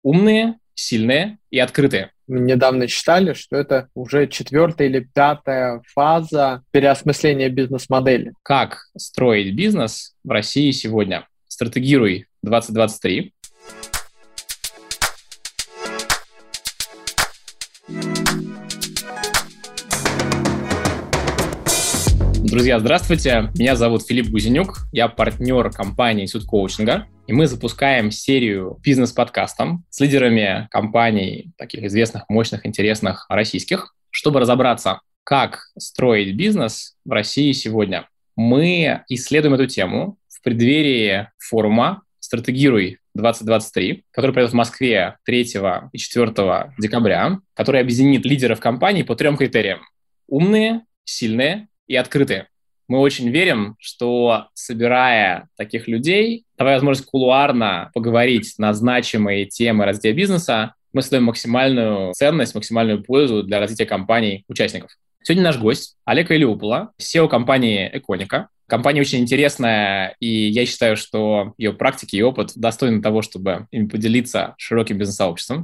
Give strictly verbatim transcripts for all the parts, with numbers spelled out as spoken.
Умные, сильные и открытые. Мы недавно читали, что это уже четвертая или пятая фаза переосмысления бизнес-модели. Как строить бизнес в России сегодня? Стратегируй двадцать двадцать три. Друзья, здравствуйте. Меня зовут Филипп Гузенюк. Я партнер компании Институт коучинга. И мы запускаем серию бизнес-подкастов с лидерами компаний, таких известных, мощных, интересных, российских, чтобы разобраться, как строить бизнес в России сегодня. Мы исследуем эту тему в преддверии форума «Стратегируй двадцать двадцать три», который пройдет в Москве третьего и четвёртого декабря, который объединит лидеров компаний по трем критериям: умные, сильные и открытые. Мы очень верим, что, собирая таких людей, давая возможность кулуарно поговорить на значимые темы развития бизнеса, мы создаем максимальную ценность, максимальную пользу для развития компаний-участников. Сегодня наш гость Олег Илиопола, си и о компании Эконика. Компания очень интересная, и я считаю, что ее практики и опыт достойны того, чтобы им поделиться широким бизнес-сообществом.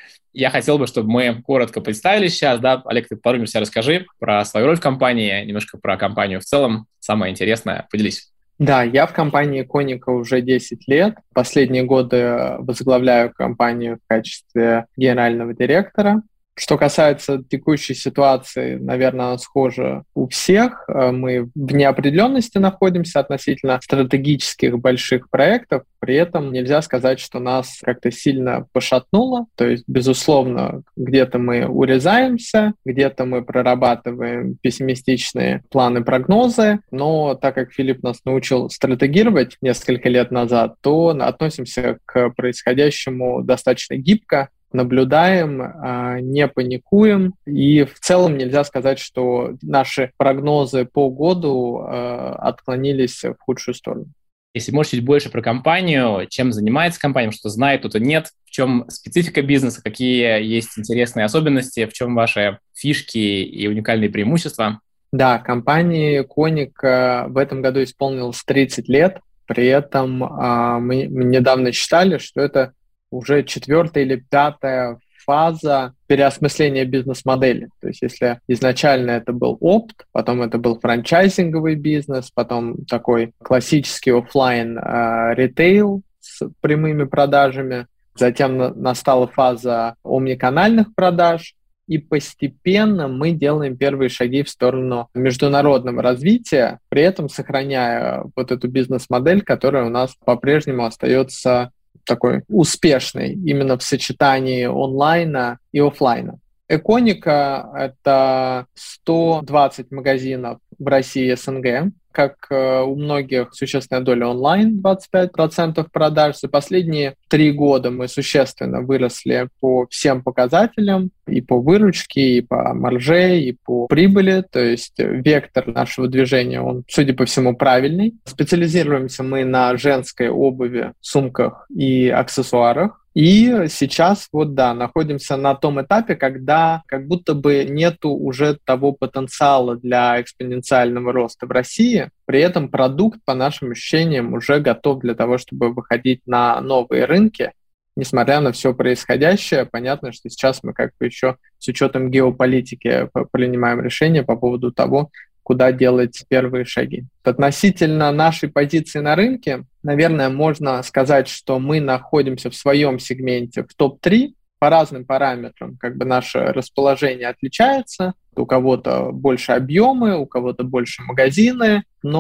Я хотел бы, чтобы мы коротко представились сейчас. Да? Олег, ты пару минут себя расскажи про свою роль в компании, немножко про компанию в целом. Самое интересное, поделись. Да, я в компании Эконика уже десять лет. Последние годы возглавляю компанию в качестве генерального директора. Что касается текущей ситуации, наверное, она схожа у всех. Мы в неопределенности находимся относительно стратегических больших проектов. При этом нельзя сказать, что нас как-то сильно пошатнуло. То есть, безусловно, где-то мы урезаемся, где-то мы прорабатываем пессимистичные планы, прогнозы. Но так как Филипп нас научил стратегировать несколько лет назад, то относимся к происходящему достаточно гибко, наблюдаем, не паникуем. И в целом нельзя сказать, что наши прогнозы по году отклонились в худшую сторону. Если можешь чуть больше про компанию, чем занимается компания, что знает, кто-то нет, в чем специфика бизнеса, какие есть интересные особенности, в чем ваши фишки и уникальные преимущества? Да, компании Коник в этом году исполнилось тридцать лет. При этом мы недавно читали, что это уже четвертая или пятая фаза переосмысления бизнес-модели. То есть если изначально это был опт, потом это был франчайзинговый бизнес, потом такой классический офлайн э, ритейл с прямыми продажами, затем на- настала фаза омниканальных продаж, и постепенно мы делаем первые шаги в сторону международного развития, при этом сохраняя вот эту бизнес-модель, которая у нас по-прежнему остается такой успешный именно в сочетании онлайна и офлайна. Эконика — это сто двадцать магазинов в России и СНГ. Как у многих, существенная доля онлайн, двадцать пять процентов продаж. За последние три года мы существенно выросли по всем показателям, и по выручке, и по марже, и по прибыли. То есть вектор нашего движения, он, судя по всему, правильный. Специализируемся мы на женской обуви, сумках и аксессуарах. И сейчас вот, да, находимся на том этапе, когда как будто бы нету уже того потенциала для экспоненциального роста в России. При этом продукт, по нашим ощущениям, уже готов для того, чтобы выходить на новые рынки. Несмотря на все происходящее, понятно, что сейчас мы как бы еще с учетом геополитики принимаем решение по поводу того, куда делать первые шаги. Относительно нашей позиции на рынке, наверное, можно сказать, что мы находимся в своем сегменте в топ три. По разным параметрам как бы наше расположение отличается. У кого-то больше объемы, у кого-то больше магазины,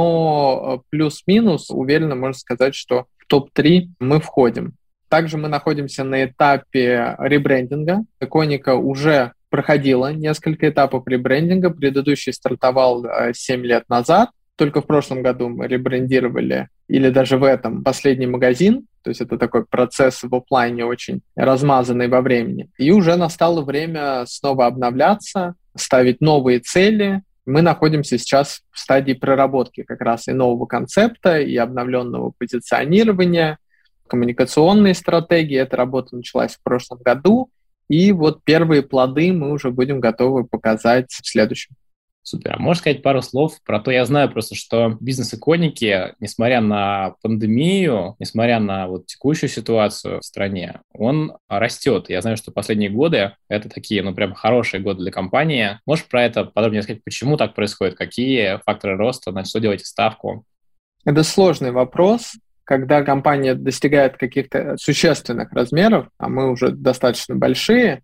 но плюс-минус уверенно можно сказать, что в топ три мы входим. Также мы находимся на этапе ребрендинга. Эконика уже проходила несколько этапов ребрендинга. Предыдущий стартовал семь лет назад. Только в прошлом году мы ребрендировали, или даже в этом, последний магазин. То есть это такой процесс в офлайне очень размазанный во времени. И уже настало время снова обновляться, ставить новые цели. Мы находимся сейчас в стадии проработки как раз и нового концепта, и обновленного позиционирования, коммуникационные стратегии. Эта работа началась в прошлом году. И вот первые плоды мы уже будем готовы показать в следующем. Супер. А можешь сказать пару слов про то, я знаю просто, что бизнес-иконики, несмотря на пандемию, несмотря на вот текущую ситуацию в стране, он растет. Я знаю, что последние годы это такие, ну, прям хорошие годы для компании. Можешь про это подробнее сказать, почему так происходит, какие факторы роста, на что делаете ставку? Это сложный вопрос. Когда компания достигает каких-то существенных размеров, а мы уже достаточно большие,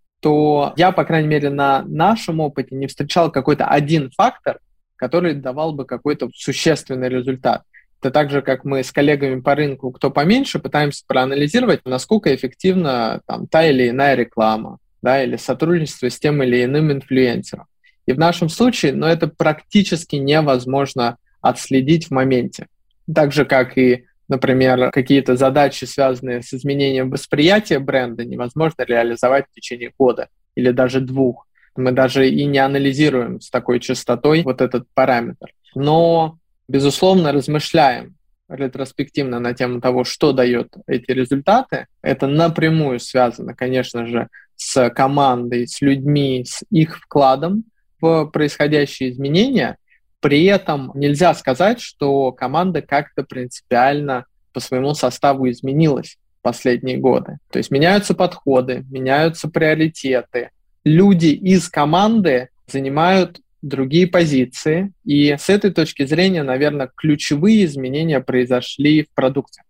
то я, по крайней мере, на нашем опыте не встречал какой-то один фактор, который давал бы какой-то существенный результат. Это так же, как мы с коллегами по рынку, кто поменьше, пытаемся проанализировать, насколько эффективна там, та или иная реклама, да, или сотрудничество с тем или иным инфлюенсером. И в нашем случае, ну, это практически невозможно отследить в моменте. Так же, как и, например, какие-то задачи, связанные с изменением восприятия бренда, невозможно реализовать в течение года или даже двух. Мы даже и не анализируем с такой частотой вот этот параметр. Но, безусловно, размышляем ретроспективно на тему того, что дает эти результаты. Это напрямую связано, конечно же, с командой, с людьми, с их вкладом в происходящие изменения. При этом нельзя сказать, что команда как-то принципиально по своему составу изменилась в последние годы. То есть меняются подходы, меняются приоритеты. Люди из команды занимают другие позиции. И с этой точки зрения, наверное, ключевые изменения произошли в продукте.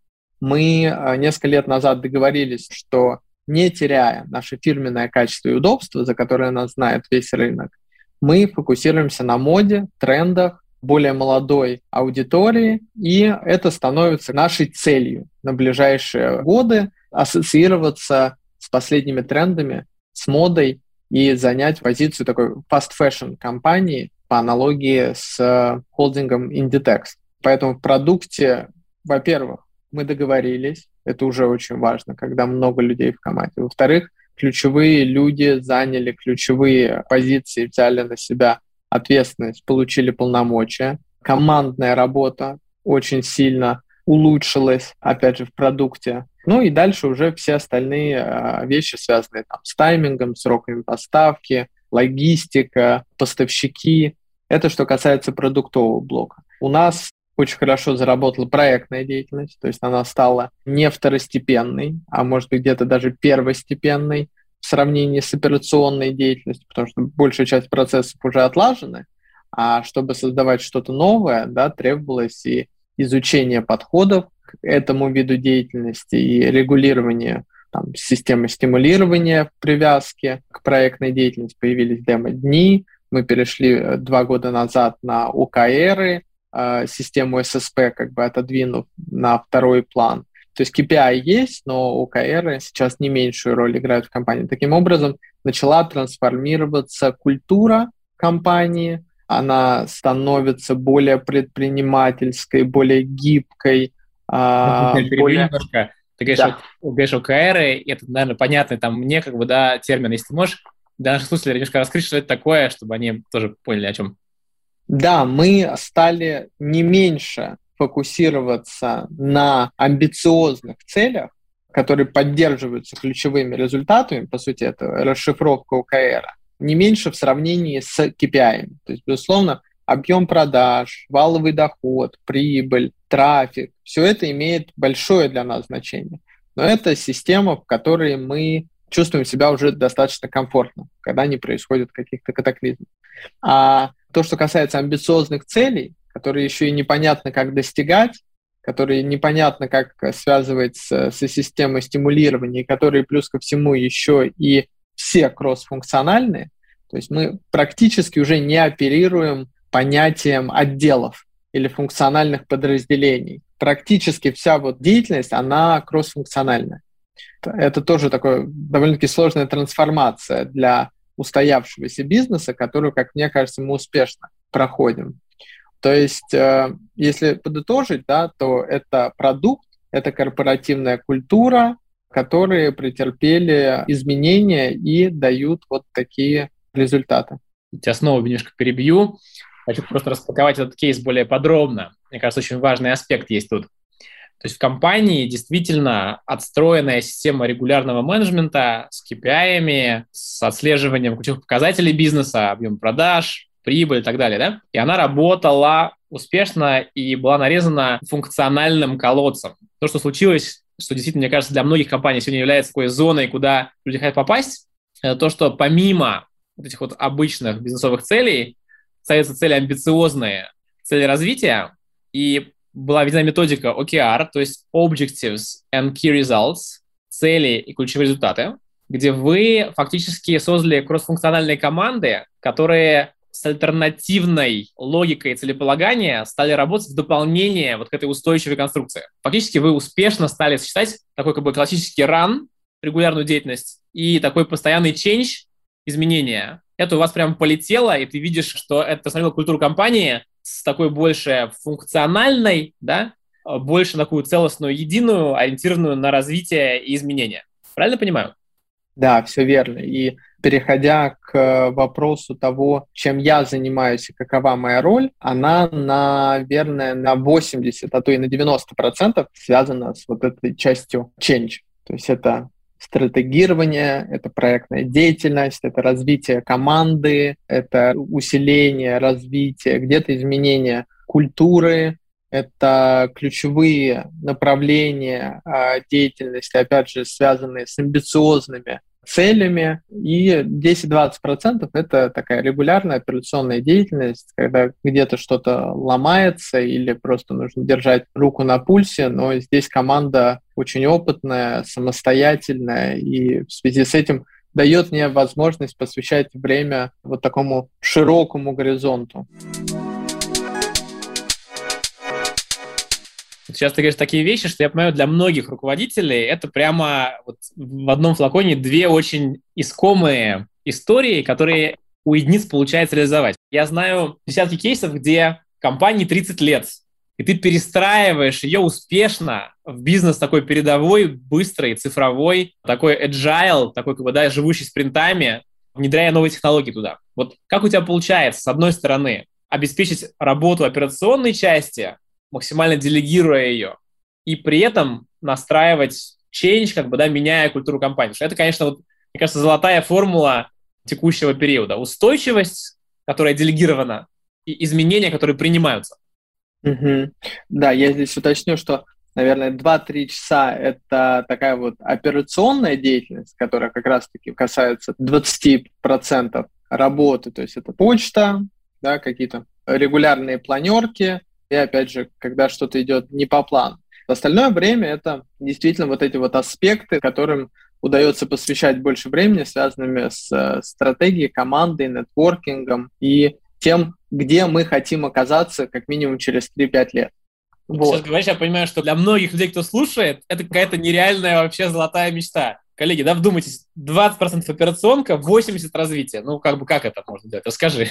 Мы несколько лет назад договорились, что не теряя наше фирменное качество и удобство, за которое нас знает весь рынок, мы фокусируемся на моде, трендах, более молодой аудитории, и это становится нашей целью на ближайшие годы ассоциироваться с последними трендами, с модой и занять позицию такой fast fashion компании по аналогии с холдингом Inditex. Поэтому в продукте, во-первых, мы договорились, это уже очень важно, когда много людей в команде. Во-вторых, ключевые люди заняли ключевые позиции, взяли на себя ответственность, получили полномочия. Командная работа очень сильно улучшилась, опять же, в продукте. Ну и дальше уже все остальные э, вещи, связанные там, с таймингом, сроками поставки, логистика, поставщики. Это что касается продуктового блока. У нас очень хорошо заработала проектная деятельность, то есть она стала не второстепенной, а может быть где-то даже первостепенной в сравнении с операционной деятельностью, потому что большая часть процессов уже отлажены, а чтобы создавать что-то новое, да, требовалось и изучение подходов к этому виду деятельности, и регулирование там, системы стимулирования в привязке к проектной деятельности. Появились демо-дни, мы перешли два года назад на о ка эры, систему эс эс пи как бы отодвинув на второй план. То есть кей пи ай есть, но о ка эры сейчас не меньшую роль играют в компании. Таким образом, начала трансформироваться культура компании, она становится более предпринимательской, более гибкой. А, более... немножко. Ты говоришь, да. о, говоришь о ка эры, это, наверное, понятный там мне как бы, да, термин. Если ты можешь для наших слушателей немножко раскрыть, что это такое, чтобы они тоже поняли, о чем. Да, мы стали не меньше фокусироваться на амбициозных целях, которые поддерживаются ключевыми результатами, по сути, это расшифровка о ка эра, не меньше в сравнении с кей пи ай. То есть, безусловно, объем продаж, валовый доход, прибыль, трафик, все это имеет большое для нас значение. Но это система, в которой мы чувствуем себя уже достаточно комфортно, когда не происходит каких-то катаклизмов. А то, что касается амбициозных целей, которые еще и непонятно, как достигать, которые непонятно, как связывать с, со системой стимулирования, которые плюс ко всему еще и все кроссфункциональные, то есть мы практически уже не оперируем понятием отделов или функциональных подразделений. Практически вся вот деятельность, она кроссфункциональная. Это тоже такая довольно-таки сложная трансформация для устоявшегося бизнеса, которую, как мне кажется, мы успешно проходим. То есть, э, если подытожить, да, то это продукт, это корпоративная культура, которые претерпели изменения и дают вот такие результаты. Тебя снова немножко перебью. Хочу просто распаковать этот кейс более подробно. Мне кажется, очень важный аспект есть тут. То есть в компании действительно отстроенная система регулярного менеджмента с кей пи ай-ами, с отслеживанием ключевых показателей бизнеса, объем продаж, прибыль и так далее, да? И она работала успешно и была нарезана функциональным колодцем. То, что случилось, что действительно, мне кажется, для многих компаний сегодня является такой зоной, куда люди хотят попасть, это то, что помимо вот этих вот обычных бизнесовых целей ставятся цели амбициозные, цели развития, и была введена методика о кей ар, то есть Objectives and Key Results, цели и ключевые результаты, где вы фактически создали кроссфункциональные команды, которые с альтернативной логикой целеполагания стали работать в дополнение вот к этой устойчивой конструкции. Фактически вы успешно стали сочетать такой как бы классический run, регулярную деятельность, и такой постоянный change, изменения. Это у вас прям полетело, и ты видишь, что это остановило культуру компании с такой больше функциональной, да, больше такую целостную, единую, ориентированную на развитие и изменения. Правильно понимаю? Да, все верно. И переходя к вопросу того, чем я занимаюсь и какова моя роль, она, наверное, на восемьдесят, а то и на девяносто процентов связана с вот этой частью change. То есть это стратегирование, это проектная деятельность, это развитие команды, это усиление, развитие, где-то изменение культуры, это ключевые направления э, деятельности, опять же, связанные с амбициозными целями. И десять-двадцать процентов это такая регулярная операционная деятельность, когда где-то что-то ломается или просто нужно держать руку на пульсе, но здесь команда очень опытная, самостоятельная, и в связи с этим дает мне возможность посвящать время вот такому широкому горизонту. Сейчас ты говоришь такие вещи, что я понимаю, для многих руководителей это прямо вот в одном флаконе две очень искомые истории, которые у единиц получается реализовать. Я знаю десятки кейсов, где компании тридцать лет, и ты перестраиваешь ее успешно в бизнес такой передовой, быстрый, цифровой, такой agile, такой как бы, да, живущий спринтами, внедряя новые технологии туда. Вот как у тебя получается, с одной стороны, обеспечить работу операционной части, максимально делегируя ее, и при этом настраивать change, как бы, да, меняя культуру компании. Потому что это, конечно, вот, мне кажется, золотая формула текущего периода. Устойчивость, которая делегирована, и изменения, которые принимаются. Угу. Да, я здесь уточню, что, наверное, два-три часа – это такая вот операционная деятельность, которая как раз-таки касается двадцать процентов работы, то есть это почта, да, какие-то регулярные планерки, и, опять же, когда что-то идет не по плану. В остальное время это действительно вот эти вот аспекты, которым удается посвящать больше времени, связанными с стратегией, командой, нетворкингом и тем, где мы хотим оказаться как минимум через три-пять лет. Вот. Сейчас говоришь, я понимаю, что для многих людей, кто слушает, это какая-то нереальная вообще золотая мечта. Коллеги, да, вдумайтесь, двадцать процентов операционка, восемьдесят процентов развития. Ну, как бы, как это можно делать? Расскажи.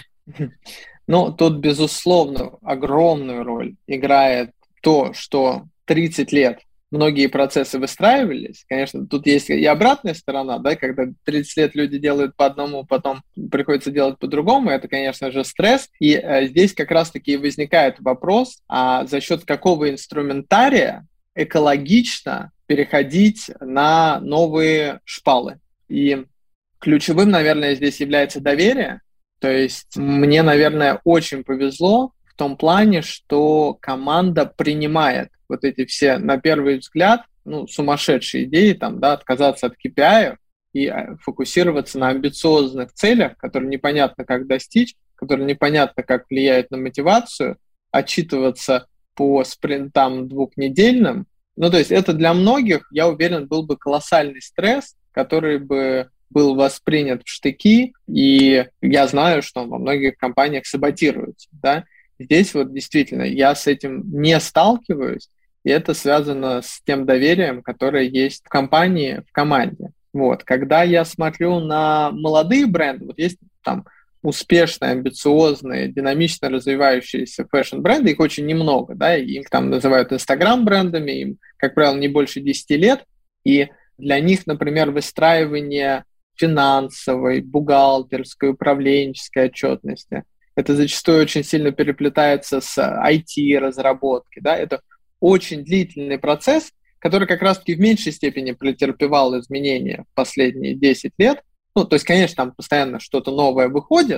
Ну, тут, безусловно, огромную роль играет то, что тридцать лет многие процессы выстраивались. Конечно, тут есть и обратная сторона, да, когда тридцать лет люди делают по одному, потом приходится делать по-другому. Это, конечно же, стресс. И э, здесь как раз-таки возникает вопрос, а за счет какого инструментария экологично переходить на новые шпалы. И ключевым, наверное, здесь является доверие. То есть мне, наверное, очень повезло в том плане, что команда принимает вот эти все, на первый взгляд, ну, сумасшедшие идеи, там, да, отказаться от кей пи ай и фокусироваться на амбициозных целях, которые непонятно как достичь, которые непонятно как влияют на мотивацию, отчитываться по спринтам двухнедельным. Ну, то есть это для многих, я уверен, был бы колоссальный стресс, который бы был воспринят в штыки, и я знаю, что во многих компаниях саботируется, да. Здесь вот действительно я с этим не сталкиваюсь, и это связано с тем доверием, которое есть в компании, в команде. Вот. Когда я смотрю на молодые бренды, вот есть там успешные, амбициозные, динамично развивающиеся фэшн-бренды, их очень немного, да, их там называют инстаграм-брендами, им, как правило, не больше десяти лет, и для них, например, выстраивание финансовой, бухгалтерской, управленческой отчетности, это зачастую очень сильно переплетается с ай ти-разработки, да, это очень длительный процесс, который как раз-таки в меньшей степени претерпевал изменения в последние десять лет. Ну, то есть, конечно, там постоянно что-то новое выходит,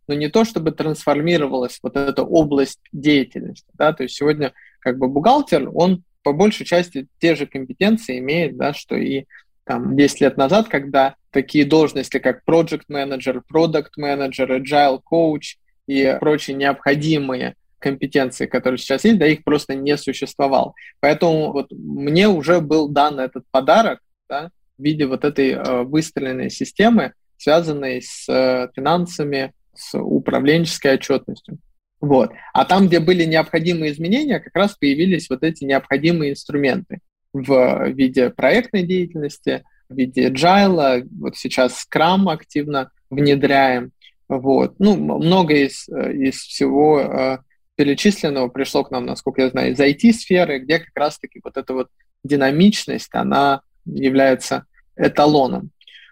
но не то, чтобы трансформировалась вот эта область деятельности, да, то есть сегодня как бы бухгалтер, он по большей части те же компетенции имеет, да, что и там десять лет назад, когда такие должности, как project manager, product manager, agile coach и прочие необходимые компетенции, которые сейчас есть, да, их просто не существовало. Поэтому вот мне уже был дан этот подарок, да, в виде вот этой э, выстроенной системы, связанной с э, финансами, с управленческой отчетностью. Вот. А там, где были необходимые изменения, как раз появились вот эти необходимые инструменты в виде проектной деятельности, в виде agile, вот сейчас Scrum активно внедряем. Вот. Ну, много из, из всего э, перечисленного пришло к нам, насколько я знаю, из ай ти-сферы, где как раз-таки вот эта вот динамичность, она является эталоном.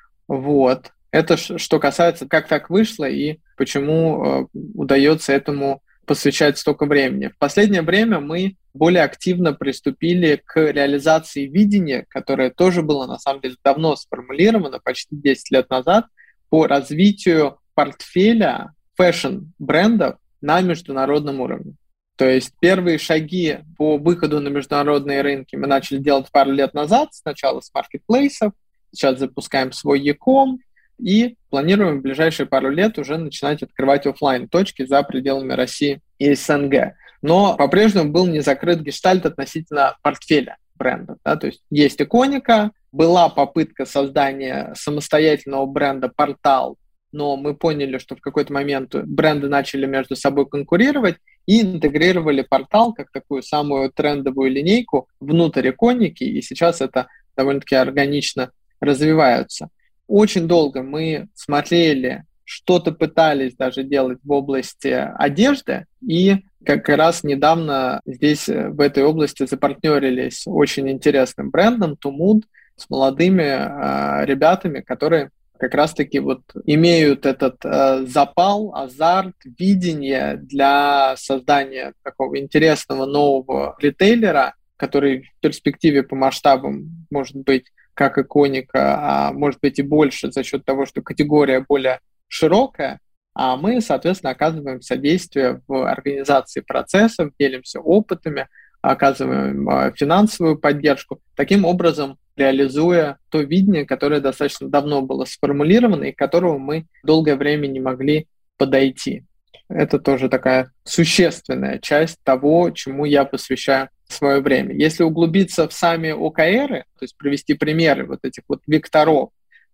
Вот. Это что касается, как так вышло и почему э, удается этому посвящать столько времени. В последнее время мы более активно приступили к реализации видения, которое тоже было, на самом деле, давно сформулировано, почти десять лет назад, по развитию портфеля фэшн-брендов на международном уровне. То есть первые шаги по выходу на международные рынки мы начали делать пару лет назад, сначала с маркетплейсов, сейчас запускаем свой e-com, и планируем в ближайшие пару лет уже начинать открывать офлайн-точки за пределами России и эс эн гэ. Но по-прежнему был не закрыт гештальт относительно портфеля брендов. Да? То есть есть Иконика, была попытка создания самостоятельного бренда «Портал», но мы поняли, что в какой-то момент бренды начали между собой конкурировать и интегрировали «Портал» как такую самую трендовую линейку внутрь Иконики, и сейчас это довольно-таки органично развивается. Очень долго мы смотрели, что-то пытались даже делать в области одежды, и как раз недавно здесь, в этой области, запартнерились с очень интересным брендом Tumud, с молодыми э, ребятами, которые как раз-таки вот имеют этот э, запал, азарт, видение для создания такого интересного нового ритейлера, который в перспективе по масштабам может быть как Иконика, а может быть и больше за счет того, что категория более широкая, а мы, соответственно, оказываем содействие в организации процессов, делимся опытами, оказываем финансовую поддержку, таким образом реализуя то видение, которое достаточно давно было сформулировано и к которому мы долгое время не могли подойти. Это тоже такая существенная часть того, чему я посвящаю свое время. Если углубиться в сами о ка эры, то есть привести примеры вот этих вот векторов,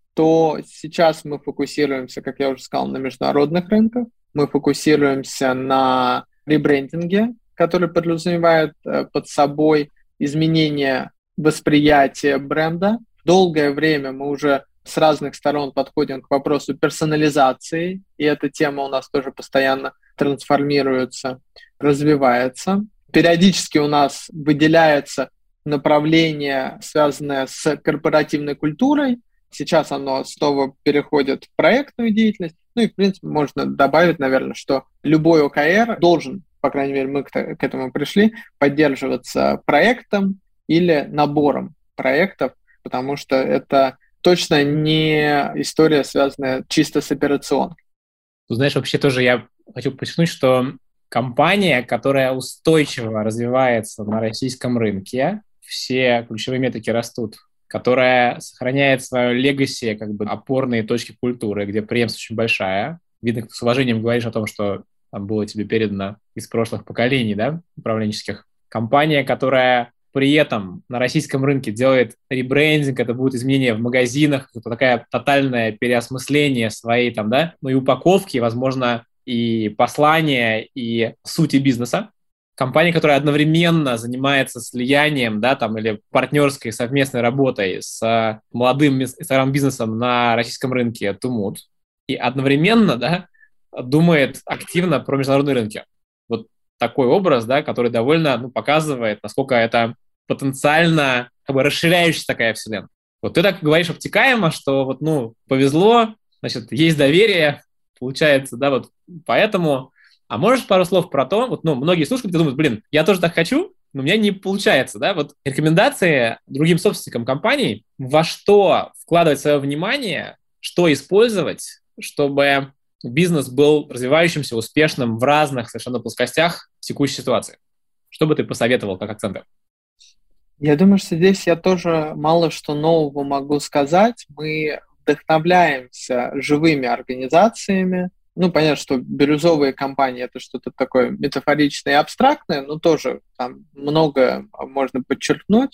то сейчас мы фокусируемся, как я уже сказал, на международных рынках, мы фокусируемся на ребрендинге, который подразумевает под собой изменение восприятия бренда. Долгое время мы уже с разных сторон подходим к вопросу персонализации, и эта тема у нас тоже постоянно трансформируется, развивается. Периодически у нас выделяется направление, связанное с корпоративной культурой. Сейчас оно снова переходит в проектную деятельность. Ну и, в принципе, можно добавить, наверное, что любой о ка эр должен, по крайней мере, мы к этому пришли, поддерживаться проектом или набором проектов, потому что это точно не история, связанная чисто с операционкой. Знаешь, вообще тоже я хочу подчеркнуть, что компания, которая устойчиво развивается на российском рынке, все ключевые метрики растут, которая сохраняет свое легаси, как бы опорные точки культуры, где преемственность очень большая. Видно, с уважением говоришь о том, что там было тебе передано из прошлых поколений, да, управленческих. Компания, которая при этом на российском рынке делает ребрендинг, это будет изменение в магазинах, это такая тотальное переосмысление своей там, да, ну и упаковки, возможно, и послания, и сути бизнеса. Компания, которая одновременно занимается слиянием, да, там, или партнерской совместной работой с молодым инстаграм-бизнесом на российском рынке Tumud, и одновременно, да, думает активно про международные рынки. Вот такой образ, да, который довольно, ну, показывает, насколько это потенциально как бы расширяющаяся такая вселенная. Вот ты так говоришь обтекаемо, что вот, ну, повезло, значит, есть доверие, получается, да, вот поэтому... А можешь пару слов про то, вот, ну, многие слушатели думают, блин, я тоже так хочу, но у меня не получается, да, вот рекомендации другим собственникам компаний, во что вкладывать свое внимание, что использовать, чтобы бизнес был развивающимся, успешным в разных совершенно плоскостях в текущей ситуации? Что бы ты посоветовал как акценты? Я думаю, что здесь я тоже мало что нового могу сказать. Мы вдохновляемся живыми организациями. Ну, понятно, что бирюзовые компании — это что-то такое метафоричное и абстрактное, но тоже там много можно подчеркнуть.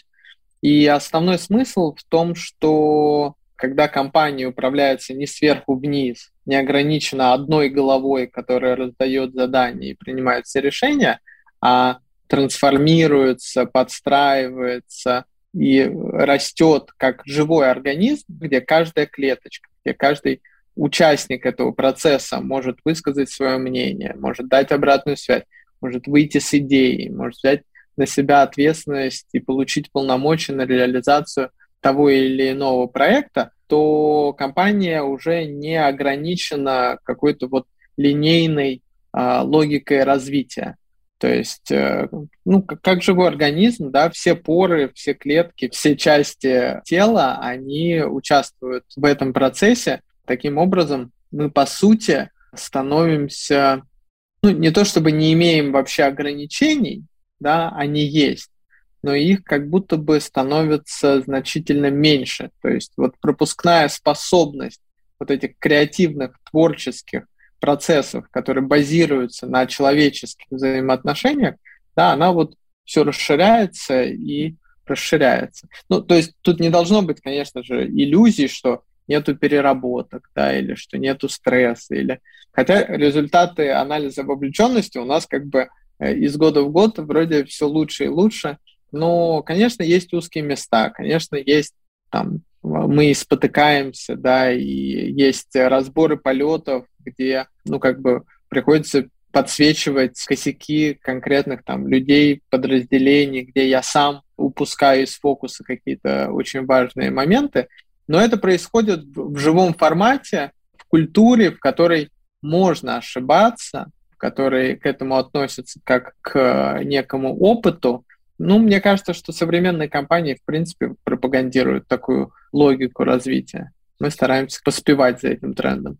И основной смысл в том, что когда компания управляется не сверху вниз, не ограничена одной головой, которая раздает задания и принимает все решения, а трансформируется, подстраивается и растет как живой организм, где каждая клеточка, где каждый участник этого процесса может высказать свое мнение, может дать обратную связь, может выйти с идеей, может взять на себя ответственность и получить полномочия на реализацию того или иного проекта, то компания уже не ограничена какой-то вот линейной а, логикой развития. То есть, э, ну, как, как живой организм, да, все поры, все клетки, все части тела, они участвуют в этом процессе. Таким образом, мы, по сути, становимся, ну, не то чтобы не имеем вообще ограничений, да, они есть, но их как будто бы становится значительно меньше. То есть вот пропускная способность вот этих креативных, творческих процессов, которые базируются на человеческих взаимоотношениях, да, она вот все расширяется и расширяется. Ну, то есть тут не должно быть, конечно же, иллюзий, что нету переработок, да, или что нету стресса, или... Хотя результаты анализа вовлеченности у нас как бы из года в год вроде все лучше и лучше, но, конечно, есть узкие места, конечно, есть там, мы спотыкаемся, да, и есть разборы полетов, где, ну, как бы приходится подсвечивать косяки конкретных там людей, подразделений, где я сам упускаю из фокуса какие-то очень важные моменты, но это происходит в живом формате, в культуре, в которой можно ошибаться, в которой к этому относятся как к некому опыту. Ну, мне кажется, что современные компании, в принципе, пропагандируют такую логику развития. Мы стараемся поспевать за этим трендом.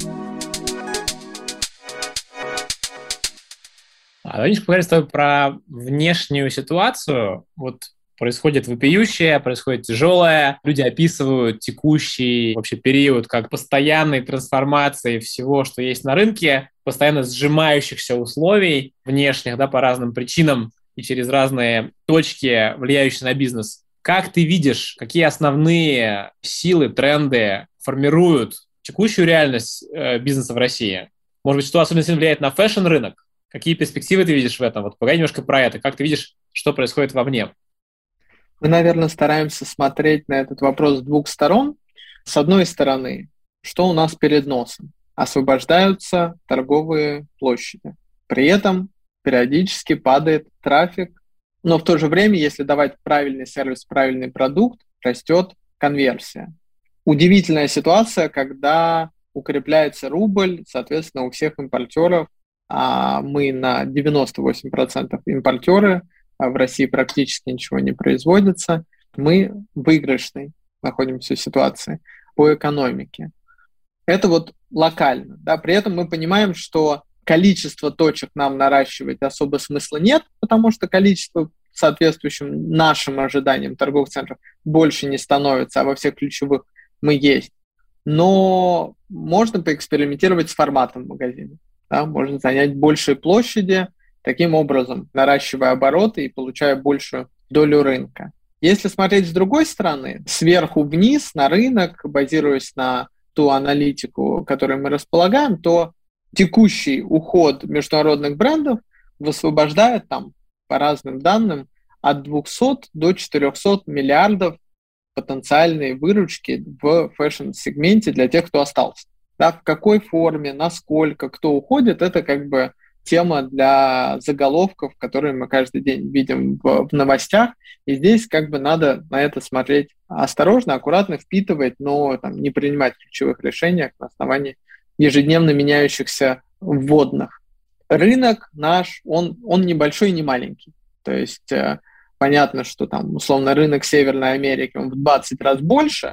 А давайте поговорим с тобой про внешнюю ситуацию. Вот происходит вопиющее, происходит тяжелое. Люди описывают текущий вообще период как постоянной трансформации всего, что есть на рынке, постоянно сжимающихся условий внешних, да, по разным причинам и через разные точки, влияющие на бизнес. Как ты видишь, какие основные силы, тренды формируют текущую реальность э, бизнеса в России? Может быть, что особенно сильно влияет на фэшн-рынок? Какие перспективы ты видишь в этом? Вот поговорим немножко про это. Как ты видишь, что происходит вовне? Мы, наверное, стараемся смотреть на этот вопрос с двух сторон. С одной стороны, что у нас перед носом? Освобождаются торговые площади. При этом периодически падает трафик, но в то же время, если давать правильный сервис, правильный продукт, растет конверсия. Удивительная ситуация, когда укрепляется рубль, соответственно, у всех импортеров, а мы на девяносто восемь процентов импортеры, а в России практически ничего не производится, мы в выигрышной находимся в ситуации по экономике. Это вот локально. Да? При этом мы понимаем, что количество точек нам наращивать особо смысла нет, потому что количество, соответствующим нашим ожиданиям торговых центров, больше не становится, а во всех ключевых мы есть. Но можно поэкспериментировать с форматом магазина. Да? Можно занять большие площади, таким образом наращивая обороты и получая большую долю рынка. Если смотреть с другой стороны, сверху вниз на рынок, базируясь на ту аналитику, которой мы располагаем, то текущий уход международных брендов высвобождает там, по разным данным, от двухсот до четырехсот миллиардов потенциальной выручки в фэшн-сегменте для тех, кто остался. Да, в какой форме, насколько, кто уходит, это как бы тема для заголовков, которые мы каждый день видим в, в новостях. И здесь как бы надо на это смотреть осторожно, аккуратно, впитывать, но там, не принимать ключевых решений на основании ежедневно меняющихся вводных. Рынок наш, он, он небольшой и не маленький. То есть э, понятно, что там, условно, рынок Северной Америки, он в двадцать раз больше,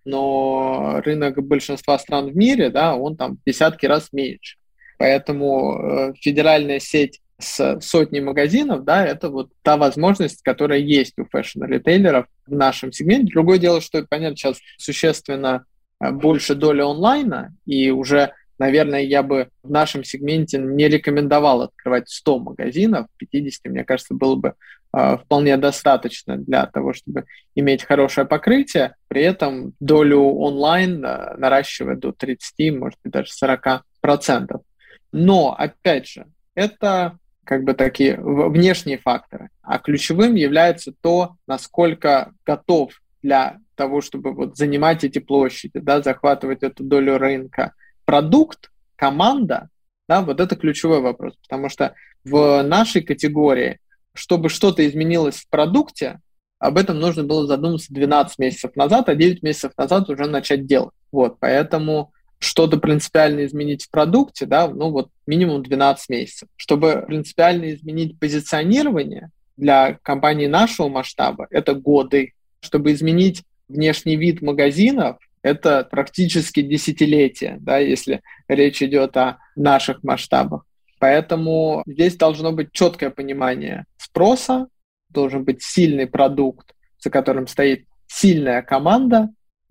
но рынок большинства стран в мире, да, он там в десятки раз меньше. Поэтому э, федеральная сеть с сотней магазинов, да, это вот та возможность, которая есть у фэшн-ритейлеров в нашем сегменте. Другое дело, что, понятно, сейчас существенно больше доля онлайна, и уже, наверное, я бы в нашем сегменте не рекомендовал открывать сто магазинов, пятьдесят, мне кажется, было бы э, вполне достаточно для того, чтобы иметь хорошее покрытие, при этом долю онлайн э, наращивать до тридцати, может быть, даже сорока процентов. Но, опять же, это как бы такие внешние факторы. А ключевым является то, насколько готов для того, чтобы вот занимать эти площади, да, захватывать эту долю рынка. Продукт, команда, да, вот это ключевой вопрос. Потому что в нашей категории, чтобы что-то изменилось в продукте, об этом нужно было задуматься двенадцать месяцев назад, а девять месяцев назад уже начать делать. Вот, поэтому что-то принципиально изменить в продукте, да, ну вот минимум двенадцать месяцев. Чтобы принципиально изменить позиционирование для компании нашего масштаба, это годы. Чтобы изменить внешний вид магазинов, это практически десятилетия, да, если речь идет о наших масштабах. Поэтому здесь должно быть четкое понимание спроса, должен быть сильный продукт, за которым стоит сильная команда,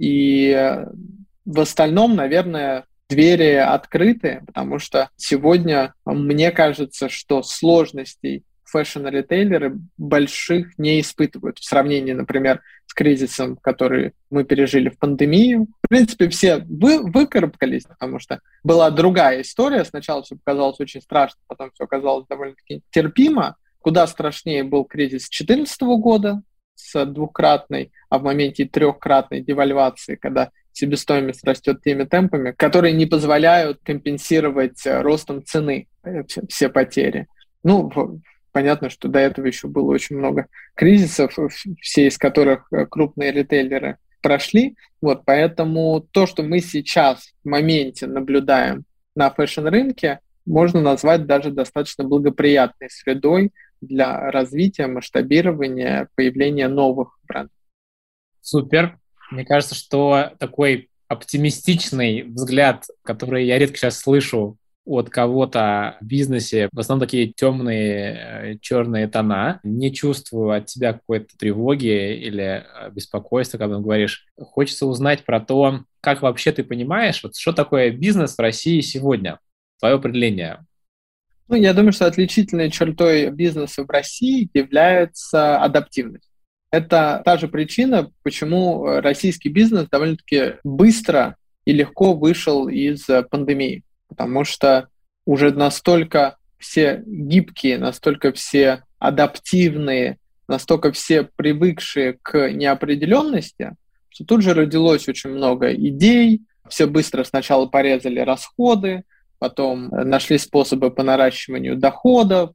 и в остальном, наверное, двери открыты, потому что сегодня мне кажется, что сложностей фэшн-ритейлеры больших не испытывают в сравнении, например, с кризисом, который мы пережили в пандемию. В принципе, все вы, выкарабкались, потому что была другая история. Сначала все показалось очень страшно, потом все оказалось довольно-таки терпимо. Куда страшнее был кризис две тысячи четырнадцатого года с двукратной, а в моменте трехкратной девальвации, когда себестоимость растет теми темпами, которые не позволяют компенсировать ростом цены все потери. Ну, понятно, что до этого еще было очень много кризисов, все из которых крупные ритейлеры прошли. Вот, поэтому то, что мы сейчас в моменте наблюдаем на фэшн-рынке, можно назвать даже достаточно благоприятной средой для развития, масштабирования, появления новых брендов. Супер. Мне кажется, что такой оптимистичный взгляд, который я редко сейчас слышу от кого-то в бизнесе, в основном такие темные, черные тона. Не чувствую от тебя какой-то тревоги или беспокойства, когда ты говоришь. Хочется узнать про то, как вообще ты понимаешь, вот что такое бизнес в России сегодня, твое определение. Ну, я думаю, что отличительной чертой бизнеса в России является адаптивность. Это та же причина, почему российский бизнес довольно-таки быстро и легко вышел из пандемии. Потому что уже настолько все гибкие, настолько все адаптивные, настолько все привыкшие к неопределенности, что тут же родилось очень много идей. Все быстро сначала порезали расходы, потом нашли способы по наращиванию доходов.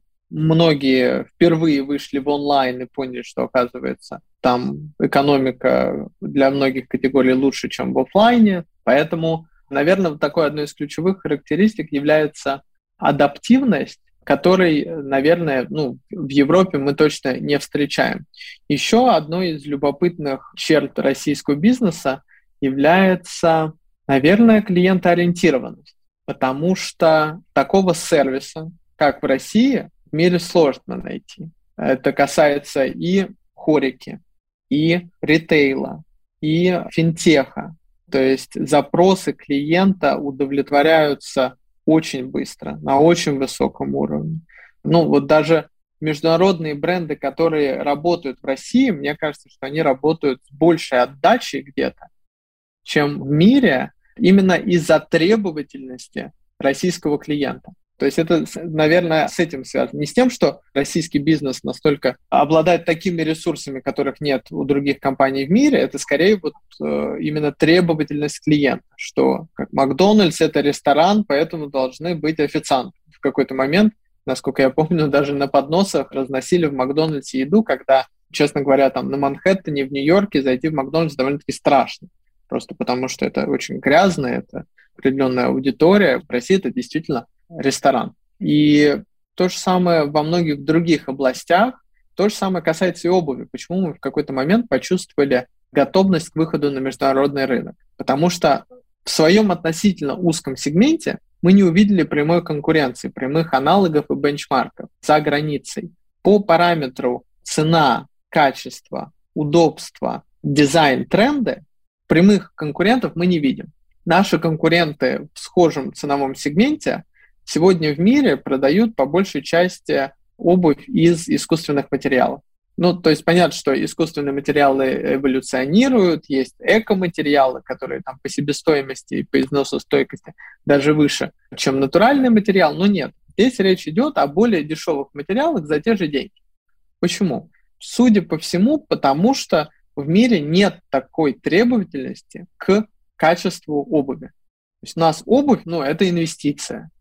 Многие впервые вышли в онлайн и поняли, что, оказывается, там экономика для многих категорий лучше, чем в офлайне. Поэтому, наверное, такой одной из ключевых характеристик является адаптивность, которой, наверное, ну, в Европе мы точно не встречаем. Еще одной из любопытных черт российского бизнеса является, наверное, клиентоориентированность, потому что такого сервиса, как в России, в мире сложно найти. Это касается и хорики, и ритейла, и финтеха. То есть запросы клиента удовлетворяются очень быстро, на очень высоком уровне. Ну вот даже международные бренды, которые работают в России, мне кажется, что они работают с большей отдачей где-то, чем в мире, именно из-за требовательности российского клиента. То есть это, наверное, с этим связано. Не с тем, что российский бизнес настолько обладает такими ресурсами, которых нет у других компаний в мире, это скорее вот э, именно требовательность клиента, что как Макдональдс — это ресторан, поэтому должны быть официанты. В какой-то момент, насколько я помню, даже на подносах разносили в Макдональдсе еду, когда, честно говоря, там на Манхэттене, в Нью-Йорке зайти в Макдональдс довольно-таки страшно. Просто потому что это очень грязно, это определенная аудитория. В России это действительно ресторан. И то же самое во многих других областях, то же самое касается и обуви. Почему мы в какой-то момент почувствовали готовность к выходу на международный рынок. Потому что в своем относительно узком сегменте мы не увидели прямой конкуренции, прямых аналогов и бенчмарков за границей. По параметру цена, качество, удобство, дизайн, тренды прямых конкурентов мы не видим. Наши конкуренты в схожем ценовом сегменте сегодня в мире продают по большей части обувь из искусственных материалов. Ну, то есть понятно, что искусственные материалы эволюционируют, есть эко-материалы, которые там по себестоимости и по износостойкости даже выше, чем натуральный материал, но нет. Здесь речь идет о более дешевых материалах за те же деньги. Почему? Судя по всему, потому что в мире нет такой требовательности к качеству обуви. То есть у нас обувь, ну, это инвестиция,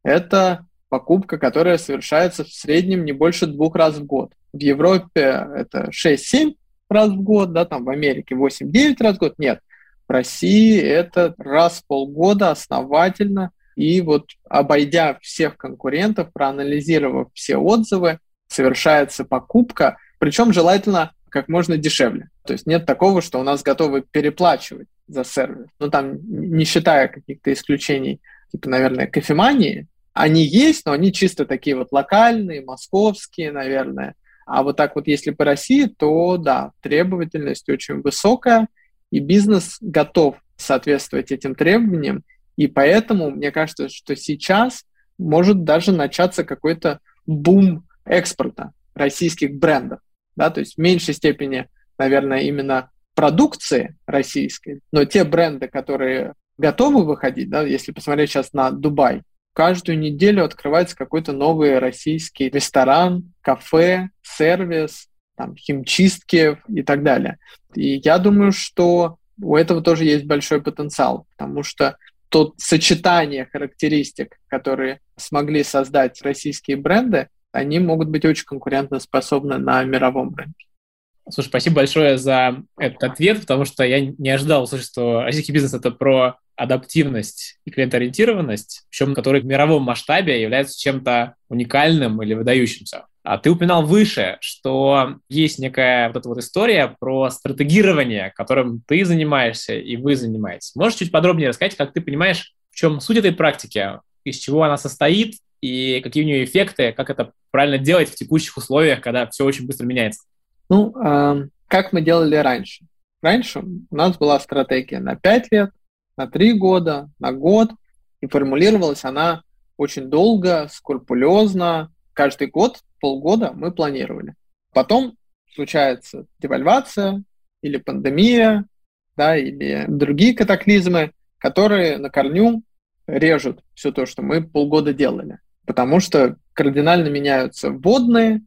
это покупка, которая совершается в среднем не больше двух раз в год. В Европе это шесть-семь раз в год, да, там в Америке восемь-девять раз в год. Нет, в России это раз в полгода основательно. И вот обойдя всех конкурентов, проанализировав все отзывы, совершается покупка, причем желательно как можно дешевле. То есть нет такого, что у нас готовы переплачивать за сервис. Ну там, не считая каких-то исключений, типа, наверное, кофемании, они есть, но они чисто такие вот локальные, московские, наверное. А вот так вот, если по России, то да, требовательность очень высокая, и бизнес готов соответствовать этим требованиям. И поэтому, мне кажется, что сейчас может даже начаться какой-то бум экспорта российских брендов. Да? То есть в меньшей степени, наверное, именно продукции российской, но те бренды, которые готовы выходить, да, если посмотреть сейчас на Дубай, каждую неделю открывается какой-то новый российский ресторан, кафе, сервис, там, химчистки и так далее. И я думаю, что у этого тоже есть большой потенциал, потому что то сочетание характеристик, которые смогли создать российские бренды, они могут быть очень конкурентоспособны на мировом рынке. Слушай, спасибо большое за этот ответ, потому что я не ожидал услышать, что российский бизнес — это про адаптивность и клиентоориентированность, причем который в мировом масштабе является чем-то уникальным или выдающимся. А ты упоминал выше, что есть некая вот эта вот история про стратегирование, которым ты занимаешься и вы занимаетесь. Можешь чуть подробнее рассказать, как ты понимаешь, в чем суть этой практики, из чего она состоит и какие у нее эффекты, как это правильно делать в текущих условиях, когда все очень быстро меняется? Ну, э, как мы делали раньше? Раньше у нас была стратегия на пять лет, на три года, на год, и формулировалась она очень долго, скрупулезно. Каждый год, полгода мы планировали. Потом случается девальвация или пандемия, да, или другие катаклизмы, которые на корню режут все то, что мы полгода делали. Потому что кардинально меняются вводные,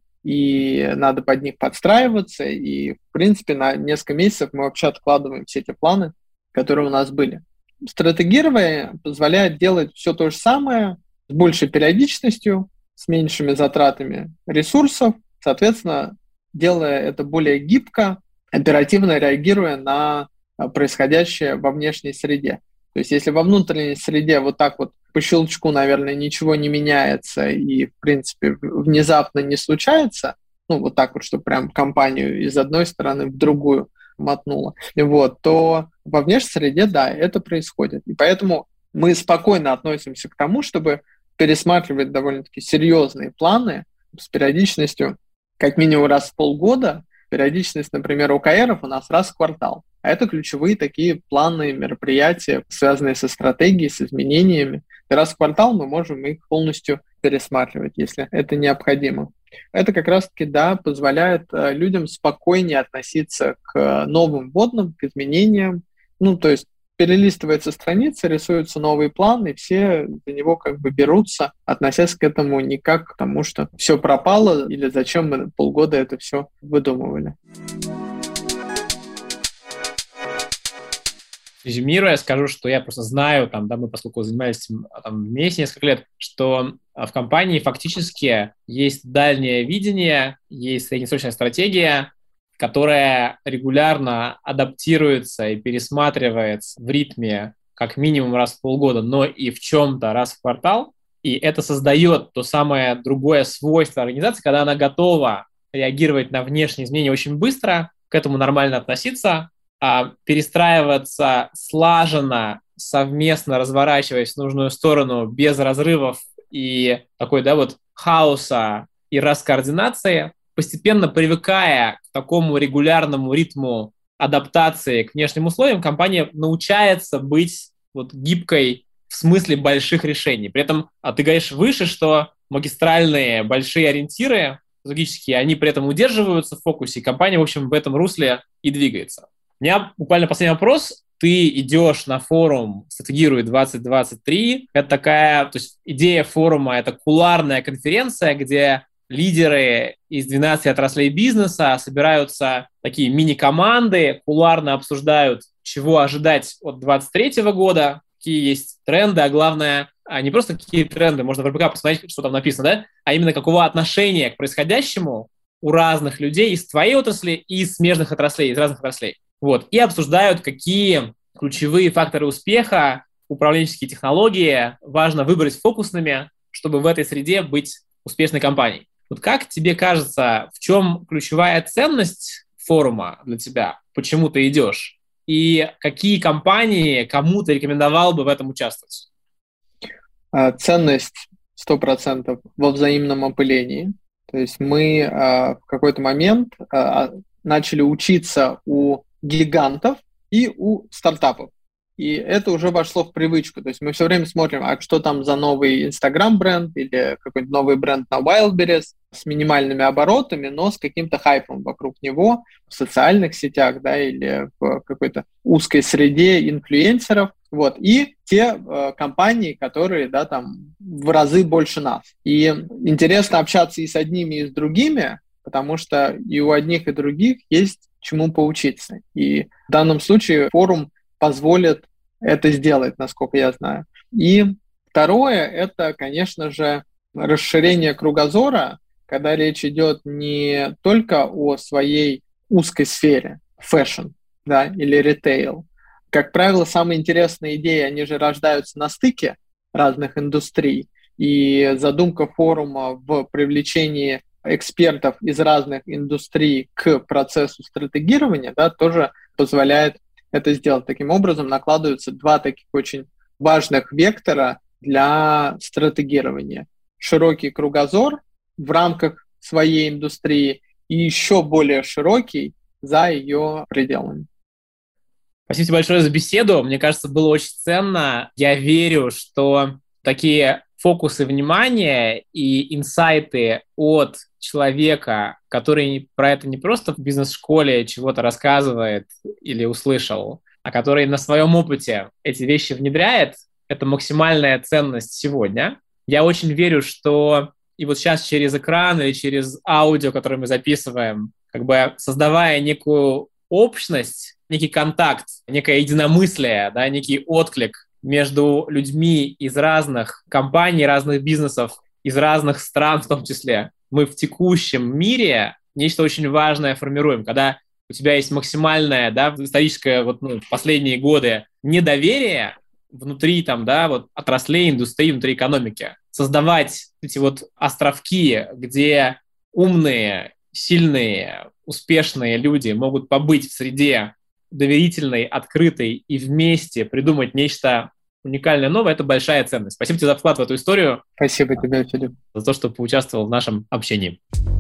и надо под них подстраиваться, и, в принципе, на несколько месяцев мы вообще откладываем все эти планы, которые у нас были. Стратегирование позволяет делать все то же самое с большей периодичностью, с меньшими затратами ресурсов, соответственно, делая это более гибко, оперативно реагируя на происходящее во внешней среде. То есть если во внутренней среде вот так вот по щелчку, наверное, ничего не меняется и, в принципе, внезапно не случается, ну, вот так вот, что прям компанию из одной стороны в другую мотнуло, вот, то во внешней среде, да, это происходит. И поэтому мы спокойно относимся к тому, чтобы пересматривать довольно-таки серьезные планы с периодичностью как минимум раз в полгода. Периодичность, например, о ка эров у нас раз в квартал. А это ключевые такие планы, мероприятия, связанные со стратегией, с изменениями. И раз в квартал мы можем их полностью пересматривать, если это необходимо. Это как раз-таки, да, позволяет людям спокойнее относиться к новым вводным, к изменениям. Ну, то есть перелистывается страница, рисуются новые планы, и все за него как бы берутся, относясь к этому не как к тому, что все пропало или зачем мы полгода это все выдумывали. Резюмируя, скажу, что я просто знаю, там, да, мы, поскольку занимались там, вместе несколько лет, что в компании фактически есть дальнее видение, есть среднесрочная стратегия, которая регулярно адаптируется и пересматривается в ритме как минимум раз в полгода, но и в чем-то раз в квартал. И это создает то самое другое свойство организации, когда она готова реагировать на внешние изменения очень быстро, к этому нормально относиться, а, перестраиваться слаженно, совместно разворачиваясь в нужную сторону, без разрывов и такой, да, вот хаоса и раскоординации, постепенно привыкая к такому регулярному ритму адаптации к внешним условиям, компания научается быть вот гибкой в смысле больших решений. При этом, а ты говоришь выше, что магистральные большие ориентиры логические, они при этом удерживаются в фокусе, и компания, в общем, в этом русле и двигается. У меня буквально последний вопрос. Ты идешь на форум «Стратегируй двадцать двадцать три». Это такая, то есть идея форума — это кулуарная конференция, где лидеры из двенадцати отраслей бизнеса собираются такие мини-команды, кулуарно обсуждают, чего ожидать от двадцать третьего года, какие есть тренды, а главное, не просто какие тренды, можно в эр пэ ка посмотреть, что там написано, да, а именно какого отношения к происходящему у разных людей из твоей отрасли и из смежных отраслей, из разных отраслей. Вот. И обсуждают, какие ключевые факторы успеха, управленческие технологии важно выбрать фокусными, чтобы в этой среде быть успешной компанией. Вот как тебе кажется, в чем ключевая ценность форума для тебя? Почему ты идешь? И какие компании кому ты рекомендовал бы в этом участвовать? Ценность сто процентов во взаимном опылении. То есть мы в какой-то момент начали учиться у гигантов и у стартапов. И это уже вошло в привычку. То есть мы все время смотрим, а что там за новый Instagram-бренд или какой-то новый бренд на Wildberries с минимальными оборотами, но с каким-то хайпом вокруг него в социальных сетях, да, или в какой-то узкой среде инфлюенсеров. Вот. И те э, компании, которые, да, там в разы больше нас. И интересно общаться и с одними, и с другими, потому что и у одних, и других есть чему поучиться. И в данном случае форум позволит это сделать, насколько я знаю. И второе, это, конечно же, расширение кругозора, когда речь идет не только о своей узкой сфере, фэшн, да, или ритейл. Как правило, самые интересные идеи, они же рождаются на стыке разных индустрий. И задумка форума в привлечении экспертов из разных индустрий к процессу стратегирования, да, тоже позволяет это сделать. Таким образом, накладываются два таких очень важных вектора для стратегирования. Широкий кругозор в рамках своей индустрии и еще более широкий за ее пределами. Спасибо тебе большое за беседу. Мне кажется, было очень ценно. Я верю, что такие фокусы внимания и инсайты от человека, который про это не просто в бизнес-школе чего-то рассказывает или услышал, а который на своем опыте эти вещи внедряет, это максимальная ценность сегодня. Я очень верю, что и вот сейчас через экран или через аудио, которое мы записываем, как бы создавая некую общность, некий контакт, некое единомыслие, да, некий отклик между людьми из разных компаний, разных бизнесов, из разных стран в том числе, мы в текущем мире нечто очень важное формируем. Когда у тебя есть максимальное, да, историческое, вот, ну, в последние годы недоверие внутри там, да, вот, отраслей, индустрии, внутри экономики. Создавать эти вот островки, где умные, сильные, успешные люди могут побыть в среде доверительной, открытой и вместе придумать нечто уникальное, новое, это большая ценность. Спасибо тебе за вклад в эту историю. Спасибо тебе, Филипп. За то, что поучаствовал в нашем общении.